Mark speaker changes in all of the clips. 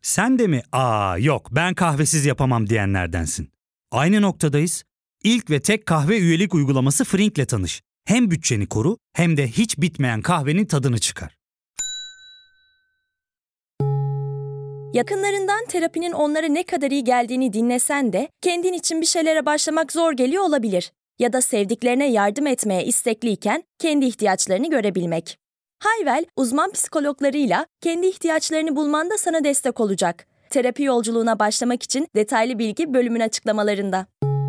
Speaker 1: Sen de mi yok ben kahvesiz yapamam diyenlerdensin? Aynı noktadayız. İlk ve tek kahve üyelik uygulaması Frink'le tanış. Hem bütçeni koru hem de hiç bitmeyen kahvenin tadını çıkar.
Speaker 2: Yakınlarından terapinin onlara ne kadar iyi geldiğini dinlesen de kendin için bir şeylere başlamak zor geliyor olabilir. Ya da sevdiklerine yardım etmeye istekliyken kendi ihtiyaçlarını görebilmek. Hayvel, uzman psikologlarıyla kendi ihtiyaçlarını bulmanda sana destek olacak. Terapi yolculuğuna başlamak için detaylı bilgi bölümün açıklamalarında.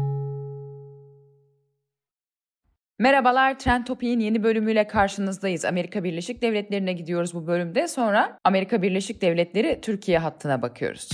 Speaker 3: Merhabalar, Trend Topic'in yeni bölümüyle karşınızdayız. Amerika Birleşik Devletleri'ne gidiyoruz bu bölümde. Sonra Amerika Birleşik Devletleri Türkiye hattına bakıyoruz.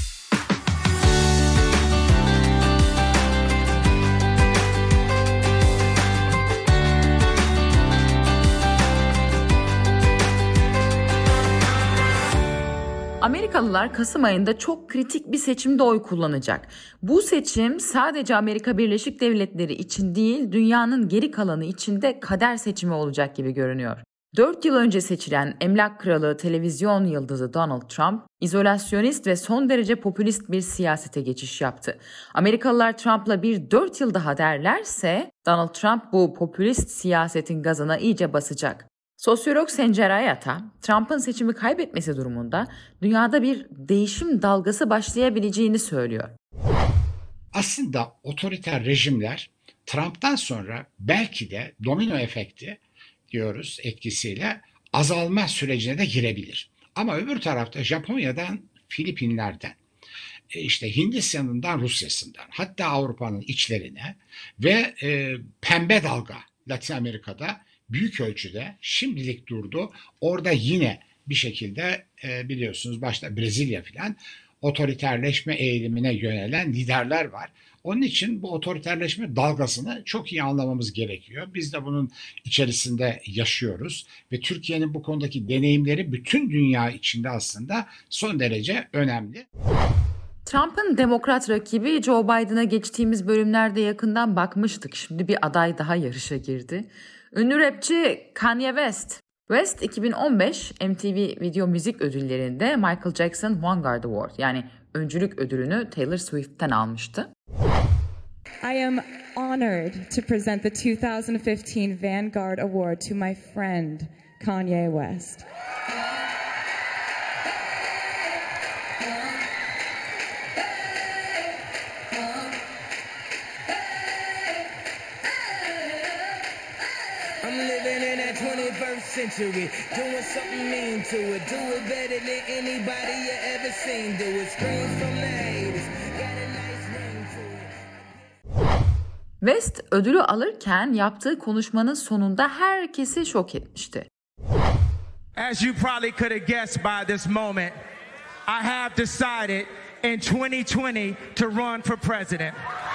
Speaker 3: Amerikalılar Kasım ayında çok kritik bir seçimde oy kullanacak. Bu seçim sadece Amerika Birleşik Devletleri için değil, dünyanın geri kalanı için de kader seçimi olacak gibi görünüyor. 4 yıl önce seçilen emlak kralı, televizyon yıldızı Donald Trump, izolasyonist ve son derece popülist bir siyasete geçiş yaptı. Amerikalılar Trump'la bir 4 yıl daha derlerse, Donald Trump bu popülist siyasetin gazına iyice basacak. Sosyolog Sencer Ayata, Trump'ın seçimi kaybetmesi durumunda dünyada bir değişim dalgası başlayabileceğini söylüyor.
Speaker 4: Aslında otoriter rejimler Trump'tan sonra belki de domino efekti diyoruz etkisiyle azalma sürecine de girebilir. Ama öbür tarafta Japonya'dan, Filipinler'den, işte Hindistan'ından, Rusya'sından, hatta Avrupa'nın içlerine ve pembe dalga Latin Amerika'da büyük ölçüde şimdilik durdu. Orada yine bir şekilde biliyorsunuz başta Brezilya filan otoriterleşme eğilimine yönelen liderler var. Onun için bu otoriterleşme dalgasını çok iyi anlamamız gerekiyor. Biz de bunun içerisinde yaşıyoruz ve Türkiye'nin bu konudaki deneyimleri bütün dünya içinde aslında son derece önemli.
Speaker 3: Trump'ın demokrat rakibi Joe Biden'a geçtiğimiz bölümlerde yakından bakmıştık. Şimdi bir aday daha yarışa girdi. Ünlü rapçi Kanye West. West 2015 MTV Video Müzik Ödülleri'nde Michael Jackson Vanguard Award yani öncülük ödülünü Taylor Swift'ten almıştı.
Speaker 5: I am honored to present the 2015 Vanguard Award to my friend Kanye West.
Speaker 6: Century, doing something mean to it, do it better than anybody you ever seen, do it, screams from the haters, got a nice ring to it.
Speaker 3: West ödülü alırken yaptığı konuşmanın sonunda herkesi şok etmişti.
Speaker 7: As you probably could have guessed by this moment, I have decided in 2020 to run for president.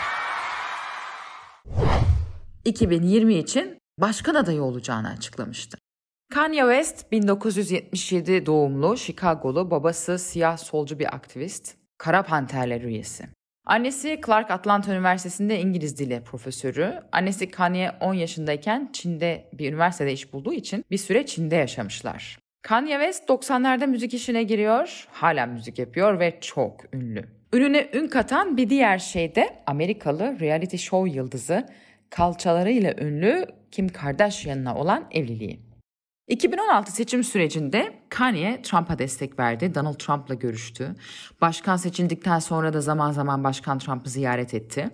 Speaker 3: 2020 için başkan adayı olacağını açıklamıştı. Kanye West 1977 doğumlu, Chicago'lu, babası siyah solcu bir aktivist, Kara Panterler üyesi. Annesi Clark Atlanta Üniversitesi'nde İngiliz dili profesörü. Annesi Kanye 10 yaşındayken Çin'de bir üniversitede iş bulduğu için bir süre Çin'de yaşamışlar. Kanye West 90'larda müzik işine giriyor, hala müzik yapıyor ve çok ünlü. Ününe ün katan bir diğer şey de Amerikalı reality show yıldızı, kalçalarıyla ünlü Kim Kardashian'la olan evliliği. 2016 seçim sürecinde Kanye Trump'a destek verdi, Donald Trump'la görüştü. Başkan seçildikten sonra da zaman zaman Başkan Trump'ı ziyaret etti.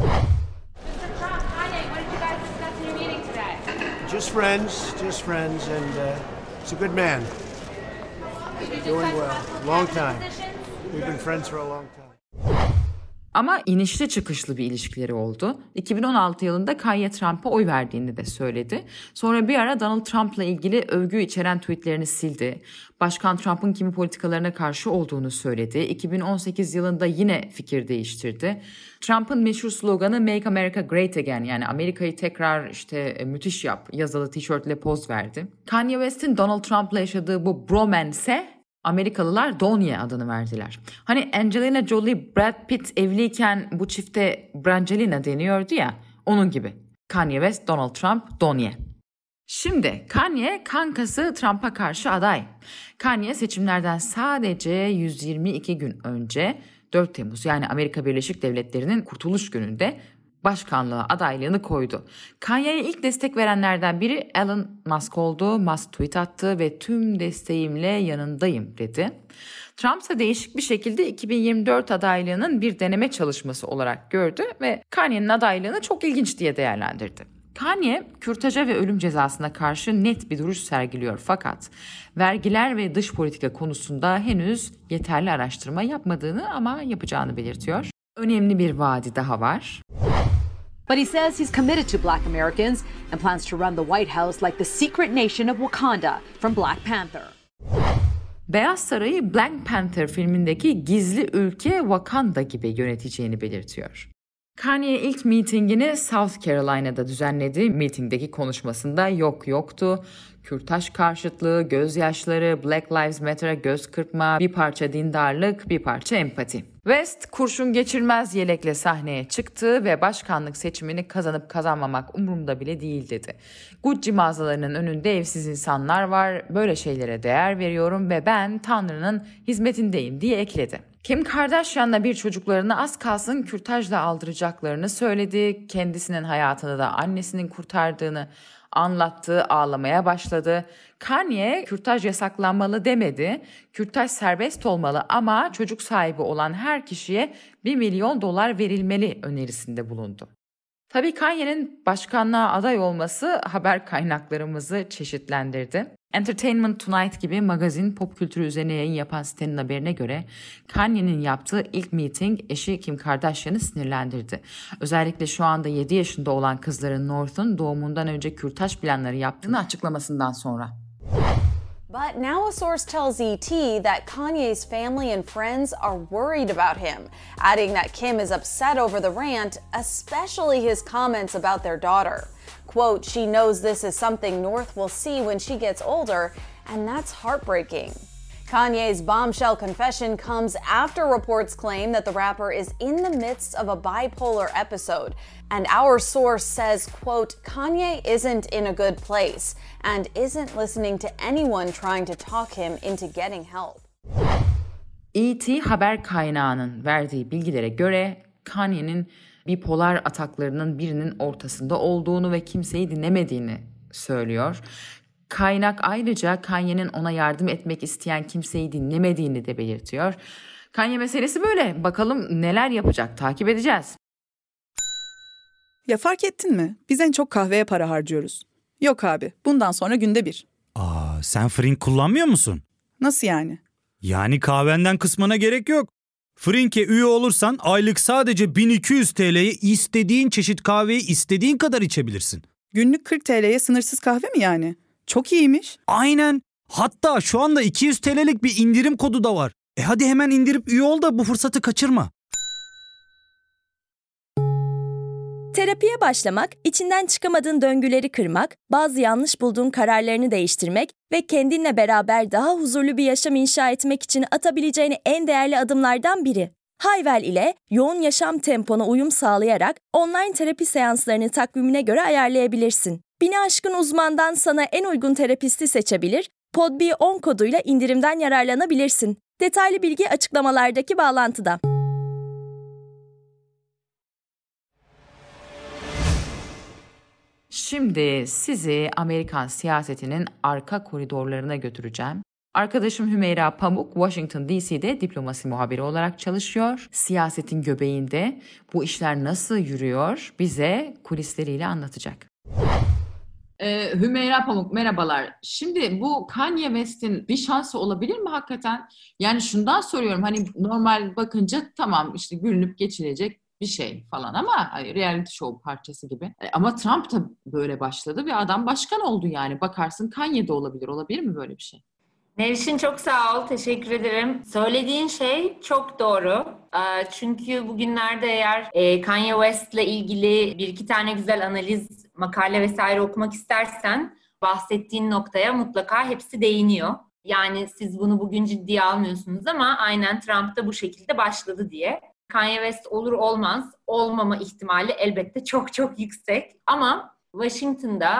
Speaker 8: Just friends, and he's a good man. Doing well. Long time. We've been friends for a long time.
Speaker 3: Ama inişli çıkışlı bir ilişkileri oldu. 2016 yılında Kanye Trump'a oy verdiğini de söyledi. Sonra bir ara Donald Trump'la ilgili övgü içeren tweetlerini sildi. Başkan Trump'ın kimi politikalarına karşı olduğunu söyledi. 2018 yılında yine fikir değiştirdi. Trump'ın meşhur sloganı Make America Great Again, yani Amerika'yı tekrar müthiş yap yazılı tişörtle poz verdi. Kanye West'in Donald Trump'la yaşadığı bu bromance'e Amerikalılar Donye adını verdiler. Hani Angelina Jolie, Brad Pitt evliyken bu çifte Brangelina deniyordu ya, onun gibi. Kanye West, Donald Trump, Donye. Şimdi Kanye kankası Trump'a karşı aday. Kanye seçimlerden sadece 122 gün önce 4 Temmuz yani Amerika Birleşik Devletleri'nin kurtuluş gününde başkanlığa adaylığını koydu. Kanye'ye ilk destek verenlerden biri Elon Musk oldu. Musk tweet attı ve tüm desteğimle yanındayım dedi. Trump ise değişik bir şekilde 2024 adaylığının bir deneme çalışması olarak gördü ve Kanye'nin adaylığını çok ilginç diye değerlendirdi. Kanye, kürtaja ve ölüm cezasına karşı net bir duruş sergiliyor fakat vergiler ve dış politika konusunda henüz yeterli araştırma yapmadığını ama yapacağını belirtiyor. Önemli bir vaadi daha var.
Speaker 9: But he says he's committed to Black Americans and plans to run the White House like the secret nation of Wakanda from Black Panther.
Speaker 3: Beyaz Sarayı Black Panther filmindeki gizli ülke Wakanda gibi yöneteceğini belirtiyor. Kanye ilk mitingini South Carolina'da düzenledi. Mitingdeki konuşmasında yoktu. Kürtaj karşıtlığı, gözyaşları, Black Lives Matter'a göz kırpma, bir parça dindarlık, bir parça empati. West kurşun geçirmez yelekle sahneye çıktı ve başkanlık seçimini kazanıp kazanmamak umurumda bile değil dedi. Gucci mağazalarının önünde evsiz insanlar var, böyle şeylere değer veriyorum ve ben Tanrı'nın hizmetindeyim diye ekledi. Kim Kardashian'la bir çocuklarını az kalsın kürtajla aldıracaklarını söyledi. Kendisinin hayatını da annesinin kurtardığını anlattı, ağlamaya başladı. Kanye kürtaj yasaklanmalı demedi. Kürtaj serbest olmalı ama çocuk sahibi olan her kişiye $1 milyon verilmeli önerisinde bulundu. Tabii Kanye'nin başkanlığa aday olması haber kaynaklarımızı çeşitlendirdi. Entertainment Tonight gibi magazin pop kültürü üzerine yayın yapan sitenin haberine göre Kanye'nin yaptığı ilk meeting eşi Kim Kardashian'ı sinirlendirdi. Özellikle şu anda 7 yaşında olan kızların North'un doğumundan önce kürtaj planları yaptığını açıklamasından sonra.
Speaker 10: But now a source tells ET that Kanye's family and friends are worried about him, adding that Kim is upset over the rant, especially his comments about their daughter. Quote, she knows this is something North will see when she gets older, and that's heartbreaking. Kanye's bombshell confession comes after reports claim that the rapper is in the midst of a bipolar episode. And our source says, quote, Kanye isn't in a good place and isn't listening to anyone trying to talk him into getting help.
Speaker 3: ET haber kaynağının verdiği bilgilere göre Kanye'nin bipolar ataklarının birinin ortasında olduğunu ve kimseyi dinlemediğini söylüyor. Kaynak ayrıca Kanye'nin ona yardım etmek isteyen kimseyi dinlemediğini de belirtiyor. Kanye meselesi böyle. Bakalım neler yapacak, takip edeceğiz.
Speaker 11: Ya fark ettin mi? Biz en çok kahveye para harcıyoruz. Yok abi, bundan sonra günde bir.
Speaker 1: Sen Frink kullanmıyor musun?
Speaker 11: Nasıl yani?
Speaker 1: Yani kahvenden kısmına gerek yok. Frink'e üye olursan aylık sadece 1200 TL'ye istediğin çeşit kahveyi istediğin kadar içebilirsin.
Speaker 11: Günlük 40 TL'ye sınırsız kahve mi yani? Çok iyiymiş.
Speaker 1: Aynen. Hatta şu anda 200 TL'lik bir indirim kodu da var. Hadi hemen indirip üye ol da bu fırsatı kaçırma.
Speaker 2: Terapiye başlamak, içinden çıkamadığın döngüleri kırmak, bazı yanlış bulduğun kararlarını değiştirmek ve kendinle beraber daha huzurlu bir yaşam inşa etmek için atabileceğin en değerli adımlardan biri. Hayvel ile yoğun yaşam tempona uyum sağlayarak online terapi seanslarını takvimine göre ayarlayabilirsin. 1000'i aşkın uzmandan sana en uygun terapisti seçebilir, PodB10 koduyla indirimden yararlanabilirsin. Detaylı bilgi açıklamalardaki bağlantıda.
Speaker 3: Şimdi sizi Amerikan siyasetinin arka koridorlarına götüreceğim. Arkadaşım Hümeyra Pamuk, Washington DC'de diplomasi muhabiri olarak çalışıyor. Siyasetin göbeğinde bu işler nasıl yürüyor bize kulisleriyle anlatacak. Hümeyra Pamuk, merhabalar. Şimdi bu Kanye West'in bir şansı olabilir mi hakikaten? Yani şundan soruyorum, hani normal bakınca tamam işte gülünüp geçilecek bir şey falan ama reality show parçası gibi. Ama Trump da böyle başladı ve adam başkan oldu yani. Bakarsın Kanye de olabilir. Olabilir mi böyle bir şey?
Speaker 12: Nevşin çok sağ ol, teşekkür ederim. Söylediğin şey çok doğru. Çünkü bugünlerde eğer Kanye West'le ilgili bir iki tane güzel analiz, makale vesaire okumak istersen bahsettiğin noktaya mutlaka hepsi değiniyor. Yani siz bunu bugün ciddiye almıyorsunuz ama aynen Trump da bu şekilde başladı diye. Kanye West olur olmaz, olmama ihtimali elbette çok çok yüksek. Ama Washington'da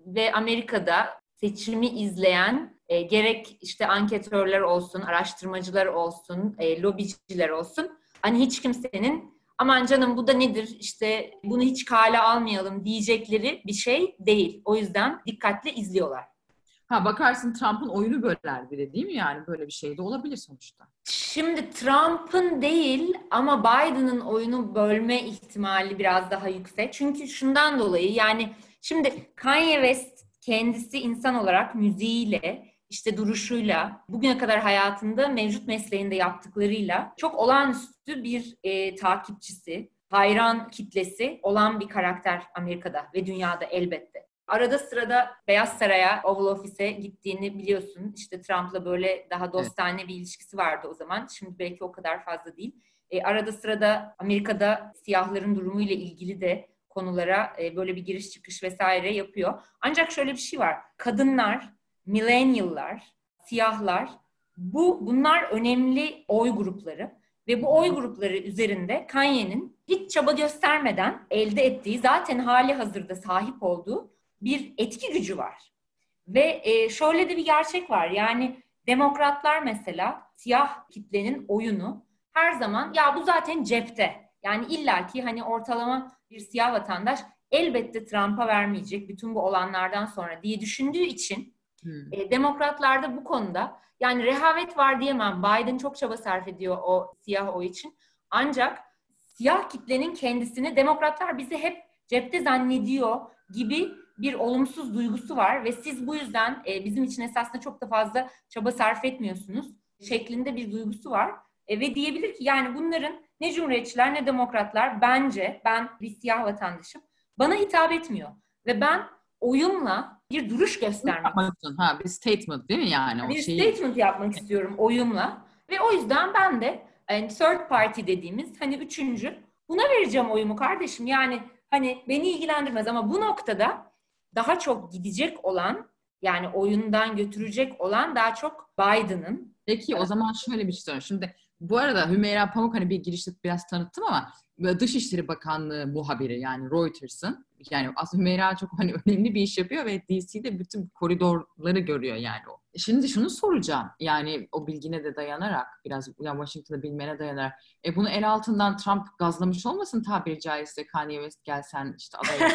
Speaker 12: ve Amerika'da seçimi izleyen gerek işte anketörler olsun, araştırmacılar olsun, lobiciler olsun, hani hiç kimsenin aman canım bu da nedir işte bunu hiç kale almayalım diyecekleri bir şey değil. O yüzden dikkatle izliyorlar.
Speaker 3: Bakarsın Trump'ın oyunu böler bile değil mi? Yani böyle bir şey de olabilir sonuçta.
Speaker 12: Şimdi Trump'ın değil ama Biden'ın oyunu bölme ihtimali biraz daha yüksek. Çünkü şundan dolayı yani şimdi Kanye West kendisi insan olarak müziğiyle, işte duruşuyla, bugüne kadar hayatında mevcut mesleğinde yaptıklarıyla çok olağanüstü bir takipçisi, hayran kitlesi olan bir karakter Amerika'da ve dünyada elbette. Arada sırada Beyaz Saray'a, Oval Office'e gittiğini biliyorsun. İşte Trump'la böyle daha dostane bir ilişkisi vardı o zaman. Şimdi belki o kadar fazla değil. Arada sırada Amerika'da siyahların durumuyla ilgili de konulara böyle bir giriş çıkış vesaire yapıyor. Ancak şöyle bir şey var. Kadınlar, millennial'lar, siyahlar, bunlar önemli oy grupları. Ve bu oy grupları üzerinde Kanye'nin hiç çaba göstermeden elde ettiği, zaten hali hazırda sahip olduğu bir etki gücü var. Ve şöyle de bir gerçek var. Yani demokratlar mesela siyah kitlenin oyunu her zaman ya bu zaten cepte. Yani illaki hani ortalama bir siyah vatandaş elbette Trump'a vermeyecek bütün bu olanlardan sonra diye düşündüğü için demokratlarda bu konuda yani rehavet var diyemem. Biden çok çaba sarf ediyor o siyah oy için. Ancak siyah kitlenin kendisini demokratlar bizi hep cepte zannediyor gibi bir olumsuz duygusu var ve siz bu yüzden bizim için esasında çok da fazla çaba sarf etmiyorsunuz şeklinde bir duygusu var. Ve diyebilir ki yani bunların ne cumhuriyetçiler ne demokratlar bence ben bir siyah vatandaşım bana hitap etmiyor ve ben oyumla bir duruş göstermek istiyorum.
Speaker 3: Bir statement değil mi yani?
Speaker 12: Bir statement yapmak istiyorum oyumla ve o yüzden ben de yani third party dediğimiz hani üçüncü buna vereceğim oyumu kardeşim yani hani beni ilgilendirmez ama bu noktada daha çok gidecek olan yani oyundan götürecek olan daha çok Biden'ın.
Speaker 3: Peki o zaman şöyle bir şey söyleyeyim. Şimdi bu arada Hümeyra Pamuk hani bir girişte biraz tanıttım ama Dışişleri Bakanlığı muhabiri yani Reuters'ın yani aslında Hümeyra çok hani önemli bir iş yapıyor ve DC'de bütün koridorları görüyor yani o. Şimdi şunu soracağım yani o bilgine de dayanarak biraz yani Washington'da bilmene dayanarak bunu el altından Trump gazlamış olmasın tabiri caizse Kanye West gelsen işte adayı.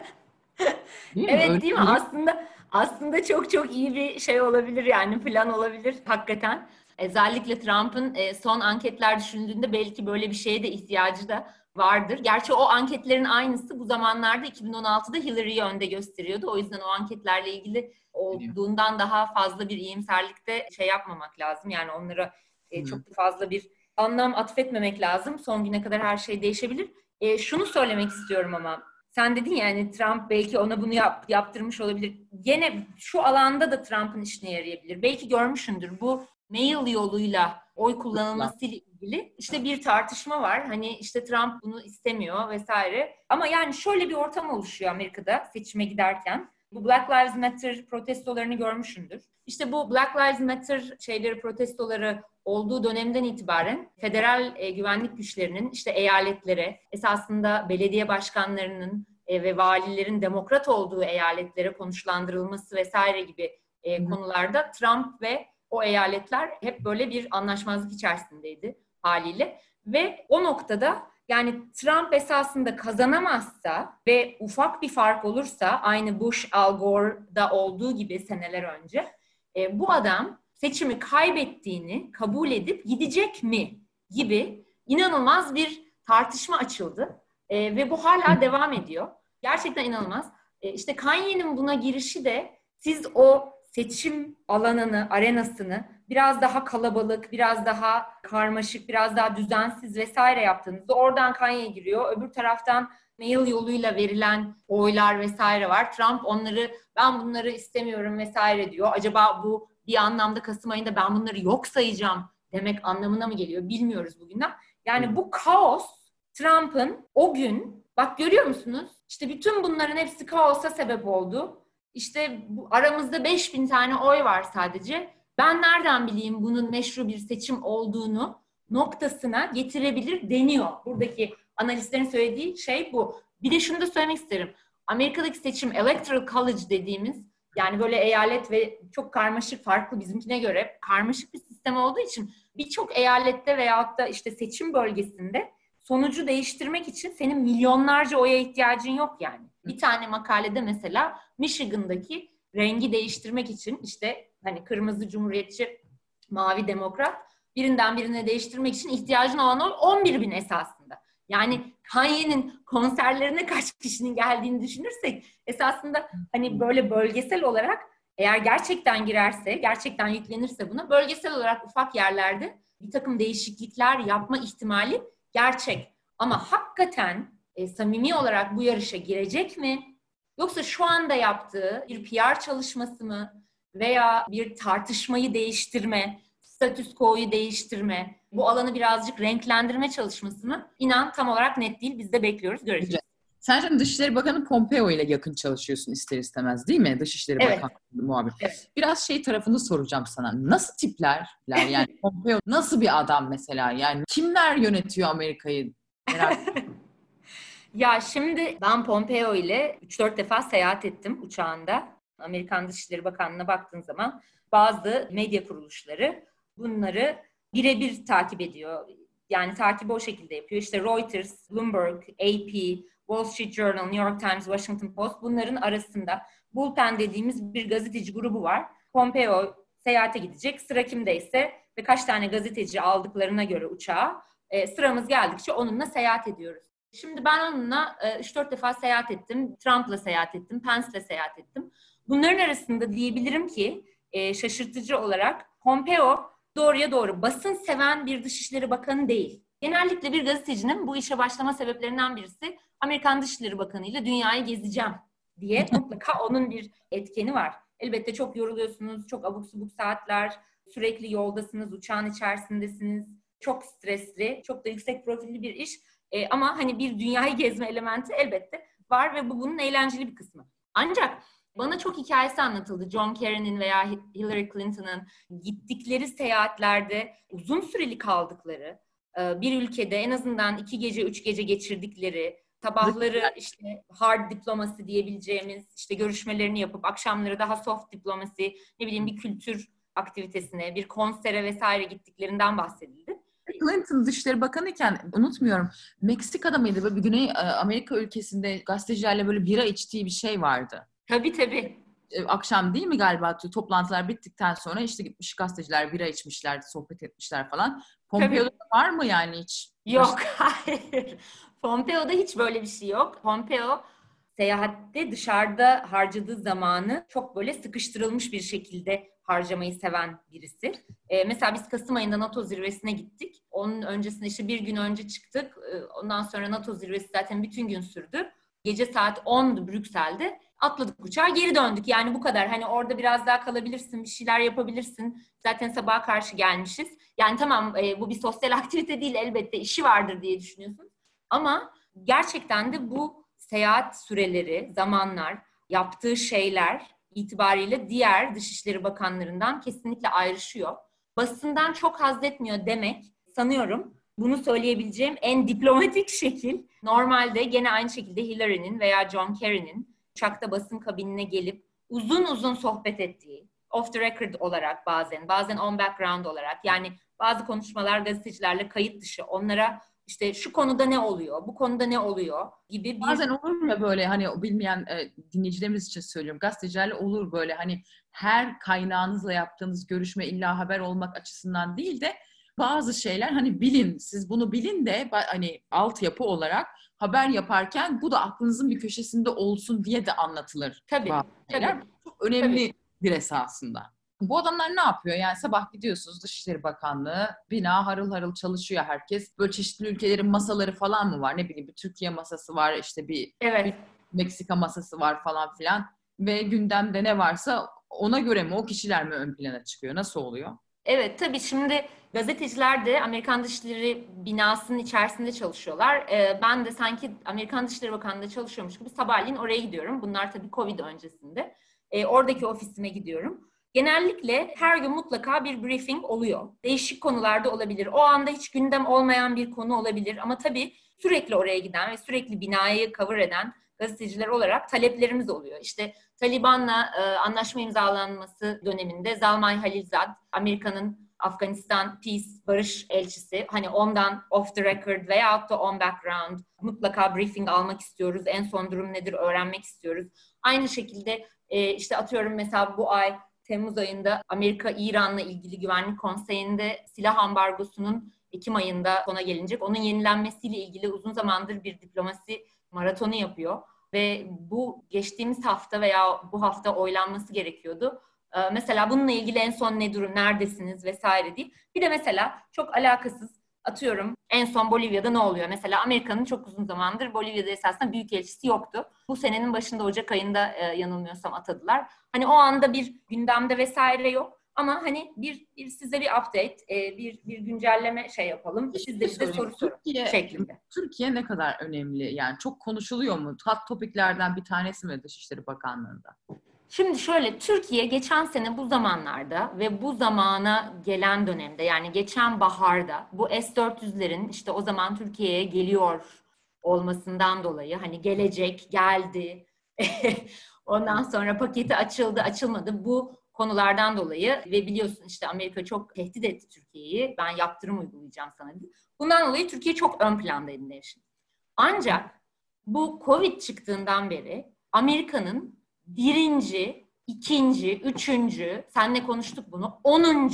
Speaker 12: Evet değil mi? Aslında çok çok iyi bir şey olabilir yani plan olabilir hakikaten. Özellikle Trump'ın son anketler düşündüğünde belki böyle bir şeye de ihtiyacı da vardır. Gerçi o anketlerin aynısı bu zamanlarda 2016'da Hillary'yi önde gösteriyordu. O yüzden o anketlerle ilgili olduğundan daha fazla bir iyimserlikte şey yapmamak lazım. Yani onlara çok fazla bir anlam atfetmemek lazım. Son güne kadar her şey değişebilir. Şunu söylemek istiyorum ama sen dedin ya yani Trump belki ona bunu yaptırmış olabilir. Gene şu alanda da Trump'ın işine yarayabilir. Belki görmüşsündür bu mail yoluyla oy kullanılmasıyla ilgili işte bir tartışma var. Hani işte Trump bunu istemiyor vesaire. Ama yani şöyle bir ortam oluşuyor Amerika'da seçime giderken. Bu Black Lives Matter protestolarını görmüşsündür. İşte bu Black Lives Matter protestoları olduğu dönemden itibaren federal güvenlik güçlerinin işte eyaletlere, esasında belediye başkanlarının ve valilerin demokrat olduğu eyaletlere konuşlandırılması vesaire gibi konularda Trump ve o eyaletler hep böyle bir anlaşmazlık içerisindeydi haliyle. Ve o noktada yani Trump esasında kazanamazsa ve ufak bir fark olursa aynı Bush, Al Gore'da olduğu gibi seneler önce bu adam seçimi kaybettiğini kabul edip gidecek mi gibi inanılmaz bir tartışma açıldı. Ve bu hala devam ediyor. Gerçekten inanılmaz. İşte Kanye'nin buna girişi de siz o seçim alanını, arenasını biraz daha kalabalık, biraz daha karmaşık, biraz daha düzensiz vesaire yaptığınızda oradan Kanye giriyor. Öbür taraftan mail yoluyla verilen oylar vesaire var. Trump ben bunları istemiyorum vesaire diyor. Acaba bu bir anlamda Kasım ayında ben bunları yok sayacağım demek anlamına mı geliyor bilmiyoruz bugünden. Yani bu kaos Trump'ın o gün bak görüyor musunuz? İşte bütün bunların hepsi kaosa sebep oldu. İşte aramızda 5000 tane oy var sadece. Ben nereden bileyim bunun meşru bir seçim olduğunu noktasına getirebilir deniyor. Buradaki analistlerin söylediği şey bu. Bir de şunu da söylemek isterim. Amerika'daki seçim Electoral College dediğimiz, yani böyle eyalet ve çok karmaşık, farklı bizimkine göre karmaşık bir sistem olduğu için birçok eyalette veyahut da işte seçim bölgesinde sonucu değiştirmek için senin milyonlarca oya ihtiyacın yok yani. Bir tane makalede mesela Michigan'daki rengi değiştirmek için işte hani kırmızı cumhuriyetçi, mavi demokrat, birinden birine değiştirmek için ihtiyacın olan oy 11.000 esasında. Yani Kanye'nin konserlerine kaç kişinin geldiğini düşünürsek esasında hani böyle bölgesel olarak eğer gerçekten girerse, gerçekten yüklenirse buna, bölgesel olarak ufak yerlerde bir takım değişiklikler yapma ihtimali gerçek. Ama hakikaten samimi olarak bu yarışa girecek mi? Yoksa şu anda yaptığı bir PR çalışması mı veya bir tartışmayı değiştirme, statüs quo'yu değiştirme, bu alanı birazcık renklendirme çalışması mı? İnan tam olarak net değil. Biz de bekliyoruz, göreceğiz.
Speaker 3: Sen şimdi Dışişleri Bakanı Pompeo ile yakın çalışıyorsun ister istemez değil mi? Dışişleri Bakanı muhabir. Evet. Biraz tarafını soracağım sana. Nasıl tipler? Yani Pompeo nasıl bir adam mesela? Yani kimler yönetiyor Amerika'yı?
Speaker 12: Ya şimdi ben Pompeo ile 3-4 defa seyahat ettim uçağında. Amerikan Dışişleri Bakanlığı'na baktığın zaman bazı medya kuruluşları bunları birebir takip ediyor. Yani takibi o şekilde yapıyor. İşte Reuters, Bloomberg, AP, Wall Street Journal, New York Times, Washington Post, bunların arasında Bullpen dediğimiz bir gazeteci grubu var. Pompeo seyahate gidecek. Sıra kimdeyse ve kaç tane gazeteci aldıklarına göre uçağa sıramız geldikçe onunla seyahat ediyoruz. Şimdi ben onunla 3-4 defa seyahat ettim. Trump'la seyahat ettim, Pence'le seyahat ettim. Bunların arasında diyebilirim ki şaşırtıcı olarak Pompeo doğruya doğru basın seven bir Dışişleri Bakanı değil. Genellikle bir gazetecinin bu işe başlama sebeplerinden birisi Amerikan Dışişleri Bakanı ile dünyayı gezeceğim diye mutlaka onun bir etkeni var. Elbette çok yoruluyorsunuz, çok abuk subuk saatler, sürekli yoldasınız, uçağın içerisindesiniz. Çok stresli, çok da yüksek profilli bir iş. Ama hani bir dünyayı gezme elementi elbette var ve bu bunun eğlenceli bir kısmı. Ancak bana çok hikayesi anlatıldı. John Kerry'nin veya Hillary Clinton'ın gittikleri seyahatlerde uzun süreli kaldıkları, bir ülkede en azından 2 gece, 3 gece geçirdikleri, sabahları işte hard diplomasi diyebileceğimiz işte görüşmelerini yapıp akşamları daha soft diplomasi, ne bileyim bir kültür aktivitesine, bir konsere vesaire gittiklerinden bahsedildi.
Speaker 3: Clinton Dışişleri Bakanı iken unutmuyorum, Meksika'da mıydı? Böyle bir Güney Amerika ülkesinde gazetecilerle böyle bira içtiği bir şey vardı.
Speaker 12: Tabii.
Speaker 3: Akşam değil mi galiba? Toplantılar bittikten sonra işte gitmiş gazeteciler bira içmişler, sohbet etmişler falan. Pompeo'da var mı yani hiç?
Speaker 12: Yok, hayır. Pompeo'da hiç böyle bir şey yok. Pompeo seyahatte dışarıda harcadığı zamanı çok böyle sıkıştırılmış bir şekilde harcamayı seven birisi. Mesela biz Kasım ayında NATO zirvesine gittik. Onun öncesinde işte bir gün önce çıktık. Ondan sonra NATO zirvesi zaten bütün gün sürdü. Gece saat 10'du Brüksel'de. Atladık uçağa, geri döndük. Yani bu kadar. Hani orada biraz daha kalabilirsin, bir şeyler yapabilirsin. Zaten sabaha karşı gelmişiz. Yani tamam, bu bir sosyal aktivite değil, elbette işi vardır diye düşünüyorsun. Ama gerçekten de bu seyahat süreleri, zamanlar, yaptığı şeyler itibariyle diğer Dışişleri Bakanlarından kesinlikle ayrışıyor. Basından çok haz etmiyor demek, sanıyorum bunu söyleyebileceğim en diplomatik şekil. Normalde gene aynı şekilde Hillary'nin veya John Kerry'nin uçakta basın kabinine gelip uzun uzun sohbet ettiği, off the record olarak bazen on background olarak, yani bazı konuşmalar gazetecilerle kayıt dışı, onlara işte şu konuda ne oluyor, bu konuda ne oluyor gibi bir...
Speaker 3: Bazen olur ya böyle, hani bilmeyen dinleyicilerimiz için söylüyorum, gazetecilerle olur böyle, hani her kaynağınızla yaptığınız görüşme illa haber olmak açısından değil de bazı şeyler hani bilin, siz bunu bilin de hani altyapı olarak haber yaparken bu da aklınızın bir köşesinde olsun diye de anlatılır.
Speaker 12: Tabii.
Speaker 3: Çok önemli bir esasında. Bu adamlar ne yapıyor? Yani sabah gidiyorsunuz, Dışişleri Bakanlığı, bina harıl harıl çalışıyor herkes. Böyle çeşitli ülkelerin masaları falan mı var? Ne bileyim, bir Türkiye masası var, işte bir Meksika masası var falan filan. Ve gündemde ne varsa ona göre mi, o kişiler mi ön plana çıkıyor? Nasıl oluyor?
Speaker 12: Evet, tabii şimdi gazeteciler de Amerikan Dışişleri binasının içerisinde çalışıyorlar. Ben de sanki Amerikan Dışişleri Bakanlığı'nda çalışıyormuş gibi sabahleyin oraya gidiyorum. Bunlar tabii Covid öncesinde. Oradaki ofisime gidiyorum. Genellikle her gün mutlaka bir briefing oluyor. Değişik konularda olabilir. O anda hiç gündem olmayan bir konu olabilir. Ama tabii sürekli oraya giden ve sürekli binayı cover eden gazeteciler olarak taleplerimiz oluyor. İşte Taliban'la anlaşma imzalanması döneminde Zalmay Khalilzad, Amerika'nın Afganistan Peace Barış elçisi, hani ondan off the record veyahut da on background mutlaka briefing almak istiyoruz. En son durum nedir öğrenmek istiyoruz. Aynı şekilde işte atıyorum mesela bu ay Temmuz ayında Amerika İran'la ilgili Güvenlik Konseyi'nde silah ambargosunun Ekim ayında sona gelinecek. Onun yenilenmesiyle ilgili uzun zamandır bir diplomasi maratonu yapıyor. Ve bu geçtiğimiz hafta veya bu hafta oylanması gerekiyordu. Mesela bununla ilgili en son ne durum, neredesiniz vesaire değil. Bir de mesela çok alakasız, atıyorum en son Bolivya'da ne oluyor? Mesela Amerika'nın çok uzun zamandır Bolivya'da esasında büyükelçisi yoktu. Bu senenin başında Ocak ayında yanılmıyorsam atadılar. Hani o anda bir gündemde vesaire yok. Ama hani bir size bir update, bir güncelleme şey yapalım. Siz de bize soru sorun şeklinde.
Speaker 3: Türkiye ne kadar önemli? Yani çok konuşuluyor mu? Hot topiklerden bir tanesi mi Dışişleri Bakanlığı'nda?
Speaker 12: Şimdi şöyle, Türkiye geçen sene bu zamanlarda ve bu zamana gelen dönemde, yani geçen baharda bu S-400'lerin işte o zaman Türkiye'ye geliyor olmasından dolayı, hani gelecek, geldi, ondan sonra paketi açıldı, açılmadı, bu konulardan dolayı ve biliyorsun işte Amerika çok tehdit etti Türkiye'yi, ben yaptırım uygulayacağım sana diye. Bundan dolayı Türkiye çok ön plandaydı Nevşin. Ancak bu Covid çıktığından beri Amerika'nın birinci, ikinci, üçüncü, seninle konuştuk bunu, 10.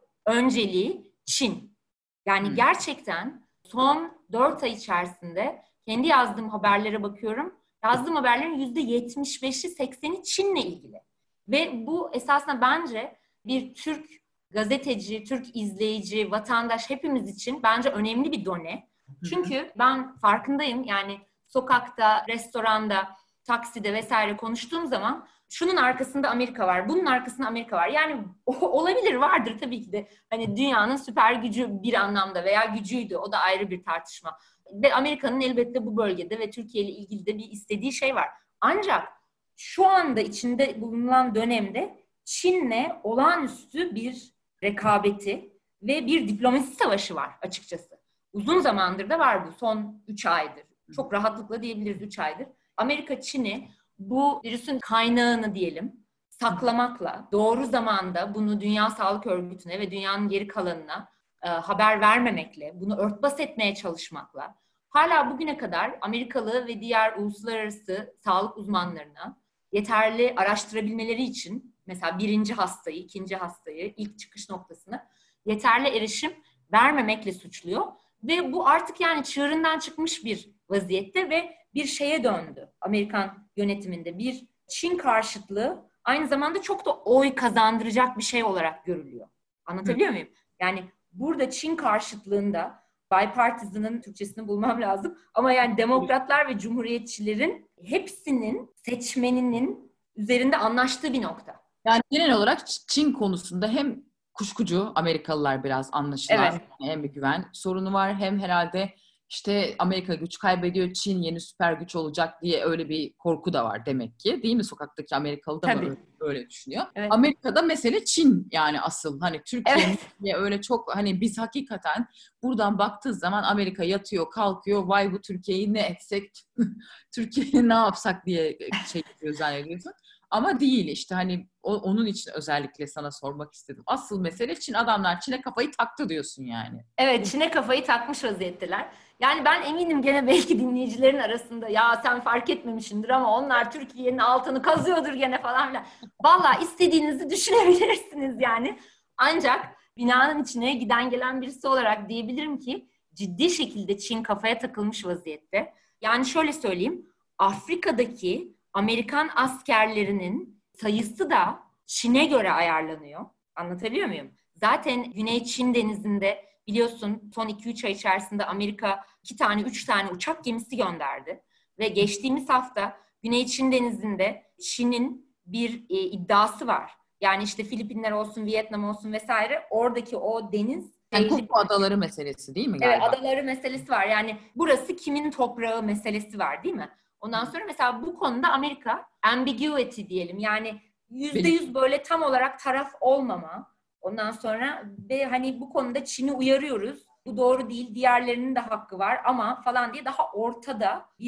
Speaker 12: önceliği Çin. Yani gerçekten son 4 ay içerisinde kendi yazdığım haberlere bakıyorum. Yazdığım haberlerin %75'i 80'i Çin'le ilgili. Ve bu esasında bence bir Türk gazeteci, Türk izleyici, vatandaş hepimiz için bence önemli bir done. Çünkü ben farkındayım, yani sokakta, restoranda, takside vesaire konuştuğum zaman şunun arkasında Amerika var, bunun arkasında Amerika var. Yani olabilir, vardır tabii ki de. Hani dünyanın süper gücü bir anlamda veya gücüydü. O da ayrı bir tartışma. Ve Amerika'nın elbette bu bölgede ve Türkiye ile ilgili de bir istediği şey var. Ancak şu anda içinde bulunan dönemde Çin'le olağanüstü bir rekabeti ve bir diplomasi savaşı var açıkçası. Uzun zamandır da var bu. Son 3 aydır. Çok rahatlıkla diyebiliriz 3 aydır. Amerika Çin'i bu virüsün kaynağını diyelim saklamakla, doğru zamanda bunu Dünya Sağlık Örgütü'ne ve dünyanın geri kalanına haber vermemekle, bunu örtbas etmeye çalışmakla, hala bugüne kadar Amerikalı ve diğer uluslararası sağlık uzmanlarına yeterli araştırabilmeleri için mesela birinci hastayı, ikinci hastayı, ilk çıkış noktasına yeterli erişim vermemekle suçluyor. Ve bu artık yani çığırından çıkmış bir vaziyette ve bir şeye döndü Amerikan yönetiminde. Bir Çin karşıtlığı aynı zamanda çok da oy kazandıracak bir şey olarak görülüyor. Anlatabiliyor muyum? Yani burada Çin karşıtlığında bipartisan'ın Türkçesini bulmam lazım. Ama yani demokratlar ve cumhuriyetçilerin hepsinin seçmeninin üzerinde anlaştığı bir nokta.
Speaker 3: Yani genel olarak Çin konusunda hem kuşkucu Amerikalılar biraz anlaşılan,
Speaker 12: evet,
Speaker 3: hem bir güven sorunu var, hem herhalde işte Amerika güç kaybediyor, Çin yeni süper güç olacak diye öyle bir korku da var demek ki. Değil mi? Sokaktaki Amerikalı da mı öyle düşünüyor?
Speaker 12: Evet.
Speaker 3: Amerika'da mesele Çin yani asıl. Hani Türkiye
Speaker 12: evet,
Speaker 3: öyle çok, hani biz hakikaten buradan baktığı zaman Amerika yatıyor, kalkıyor. Vay bu Türkiye'yi ne etsek, Türkiye'yi ne yapsak diye şey yapıyor zannediyorsun. Ama değil işte, hani onun için özellikle sana sormak istedim. Asıl mesele Çin, adamlar Çin'e kafayı taktı diyorsun yani.
Speaker 12: Evet, Çin'e kafayı takmış vaziyetteler. Yani ben eminim gene belki dinleyicilerin arasında ya sen fark etmemişsindir ama onlar Türkiye'nin altını kazıyordur gene falan filan. Vallahi istediğinizi düşünebilirsiniz yani. Ancak binanın içine giden gelen birisi olarak diyebilirim ki ciddi şekilde Çin kafaya takılmış vaziyette. Yani şöyle söyleyeyim, Afrika'daki Amerikan askerlerinin sayısı da Çin'e göre ayarlanıyor. Anlatabiliyor muyum? Zaten Güney Çin denizinde biliyorsun son 2-3 ay içerisinde Amerika 2 tane 3 tane uçak gemisi gönderdi. Ve geçtiğimiz hafta Güney Çin denizinde Çin'in bir iddiası var. Yani işte Filipinler olsun, Vietnam olsun vesaire, oradaki o deniz...
Speaker 3: Yani Kuku Adaları meselesi değil mi galiba?
Speaker 12: Evet, adaları meselesi var. Yani burası kimin toprağı meselesi var değil mi? Ondan sonra mesela bu konuda Amerika ambiguity diyelim, yani %100 böyle tam olarak taraf olmama. Ondan sonra ve hani bu konuda Çin'i uyarıyoruz. Bu doğru değil, diğerlerinin de hakkı var ama falan diye daha ortada bir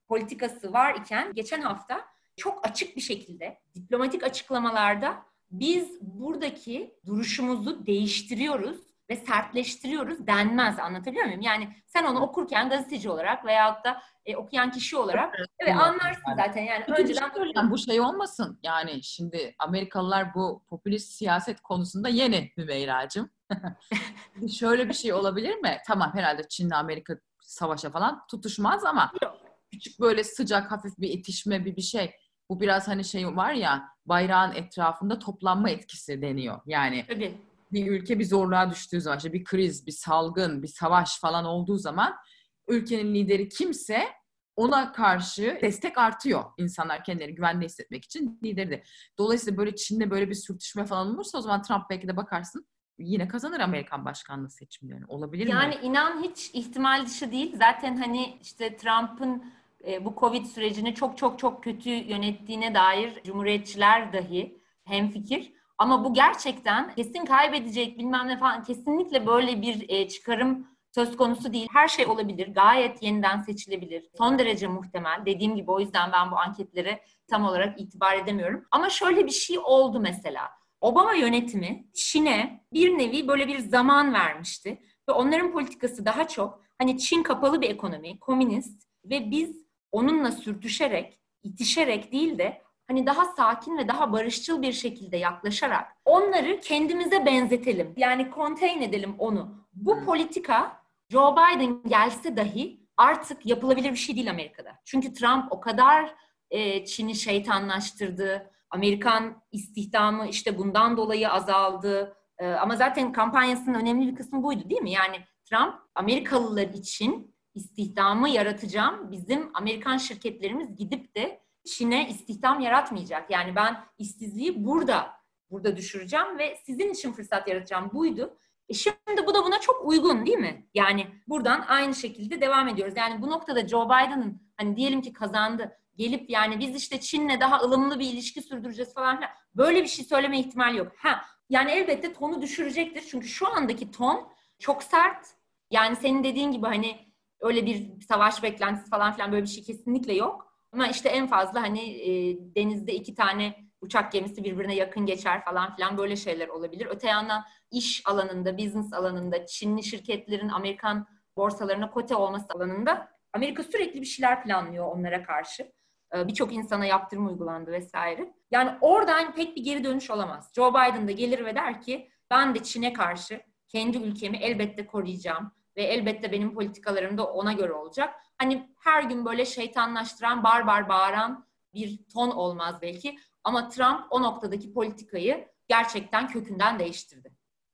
Speaker 12: politikası var iken geçen hafta çok açık bir şekilde diplomatik açıklamalarda biz buradaki duruşumuzu değiştiriyoruz ve sertleştiriyoruz denmez. Anlatabiliyor muyum? Yani sen onu okurken gazeteci olarak veyahut da okuyan kişi olarak anlarsın zaten. Yani önceden
Speaker 3: bu şey olmasın. Yani şimdi Amerikalılar bu popülist siyaset konusunda yeni Hümeyra'cığım. Şöyle bir şey olabilir mi? Tamam, herhalde Çin'le Amerika savaşa falan tutuşmaz ama küçük böyle sıcak hafif bir itişme bir şey. Bu biraz hani şey var ya, bayrağın etrafında toplanma etkisi deniyor. Yani bir ülke bir zorluğa düştüğü zaman, işte bir kriz, bir salgın, bir savaş falan olduğu zaman ülkenin lideri kimse ona karşı destek artıyor. İnsanlar kendilerini güvende hissetmek için lideri de. Dolayısıyla böyle Çin'de böyle bir sürtüşme falan olursa o zaman Trump belki de bakarsın yine kazanır Amerikan başkanlığı seçimlerini. Olabilir mi?
Speaker 12: Yani inan hiç ihtimal dışı değil. Zaten hani işte Trump'ın bu Covid sürecini çok kötü yönettiğine dair Cumhuriyetçiler dahi hemfikir. Ama bu gerçekten kesin kaybedecek bilmem ne falan, kesinlikle böyle bir çıkarım söz konusu değil. Her şey olabilir. Gayet yeniden seçilebilir. Son derece muhtemel. Dediğim gibi o yüzden ben bu anketlere tam olarak itibar edemiyorum. Ama şöyle bir şey oldu mesela. Obama yönetimi Çin'e bir nevi böyle bir zaman vermişti. Ve onların politikası daha çok hani Çin kapalı bir ekonomi, komünist ve biz onunla sürtüşerek, itişerek değil de hani daha sakin ve daha barışçıl bir şekilde yaklaşarak onları kendimize benzetelim. Yani contain edelim onu. Bu politika Joe Biden gelse dahi artık yapılabilir bir şey değil Amerika'da. Çünkü Trump o kadar Çin'i şeytanlaştırdı. Amerikan istihdamı işte bundan dolayı azaldı. Ama zaten kampanyasının önemli bir kısmı buydu değil mi? Yani Trump Amerikalılar için istihdamı yaratacağım. Bizim Amerikan şirketlerimiz gidip de Çin'e istihdam yaratmayacak. Yani ben işsizliği burada düşüreceğim ve sizin için fırsat yaratacağım buydu. Şimdi bu da buna çok uygun değil mi? Yani buradan aynı şekilde devam ediyoruz. Yani bu noktada Joe Biden'ın hani diyelim ki kazandı, gelip yani biz işte Çin'le daha ılımlı bir ilişki sürdüreceğiz falan filan. Böyle bir şey söyleme ihtimali yok. Yani elbette tonu düşürecektir. Çünkü şu andaki ton çok sert. Yani senin dediğin gibi hani öyle bir savaş beklentisi falan filan böyle bir şey kesinlikle yok. Ama işte en fazla hani denizde 2 tane uçak gemisi birbirine yakın geçer falan filan böyle şeyler olabilir. Öte yandan iş alanında, business alanında, Çinli şirketlerin Amerikan borsalarına kote olması alanında Amerika sürekli bir şeyler planlıyor onlara karşı. Birçok insana yaptırım uygulandı vesaire. Yani oradan pek bir geri dönüş olamaz. Joe Biden da gelir ve der ki ben de Çin'e karşı kendi ülkemi elbette koruyacağım ve elbette benim politikalarım da ona göre olacak. Hani her gün böyle şeytanlaştıran, barbar bağıran bir ton olmaz belki. Ama Trump o noktadaki politikayı gerçekten kökünden değiştirdi.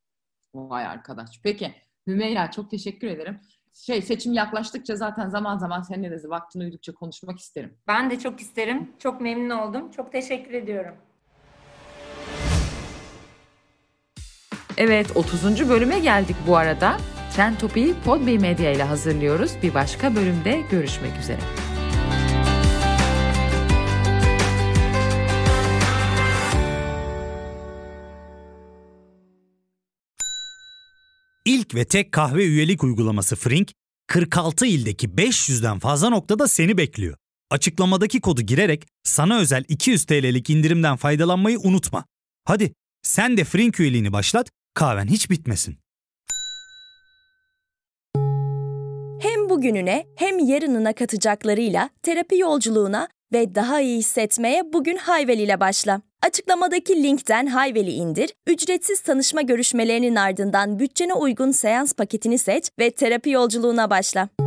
Speaker 3: Vay arkadaş. Peki Hümeyra, çok teşekkür ederim. Seçim yaklaştıkça zaten zaman zaman seninle de vaktini uydukça konuşmak isterim.
Speaker 12: Ben de çok isterim. Çok memnun oldum. Çok teşekkür ediyorum.
Speaker 3: Evet, 30. bölüme geldik bu arada. Trend Topi'yi Podbi Medya ile hazırlıyoruz. Bir başka bölümde görüşmek üzere.
Speaker 1: İlk ve tek kahve üyelik uygulaması Frink, 46 ildeki 500'den fazla noktada seni bekliyor. Açıklamadaki kodu girerek sana özel 200 TL'lik indirimden faydalanmayı unutma. Hadi sen de Frink üyeliğini başlat, kahven hiç bitmesin.
Speaker 2: Hem bugününe hem yarınına katacaklarıyla terapi yolculuğuna ve daha iyi hissetmeye bugün Hayvel ile başla. Açıklamadaki linkten Hayvel'i indir, ücretsiz tanışma görüşmelerinin ardından bütçene uygun seans paketini seç ve terapi yolculuğuna başla.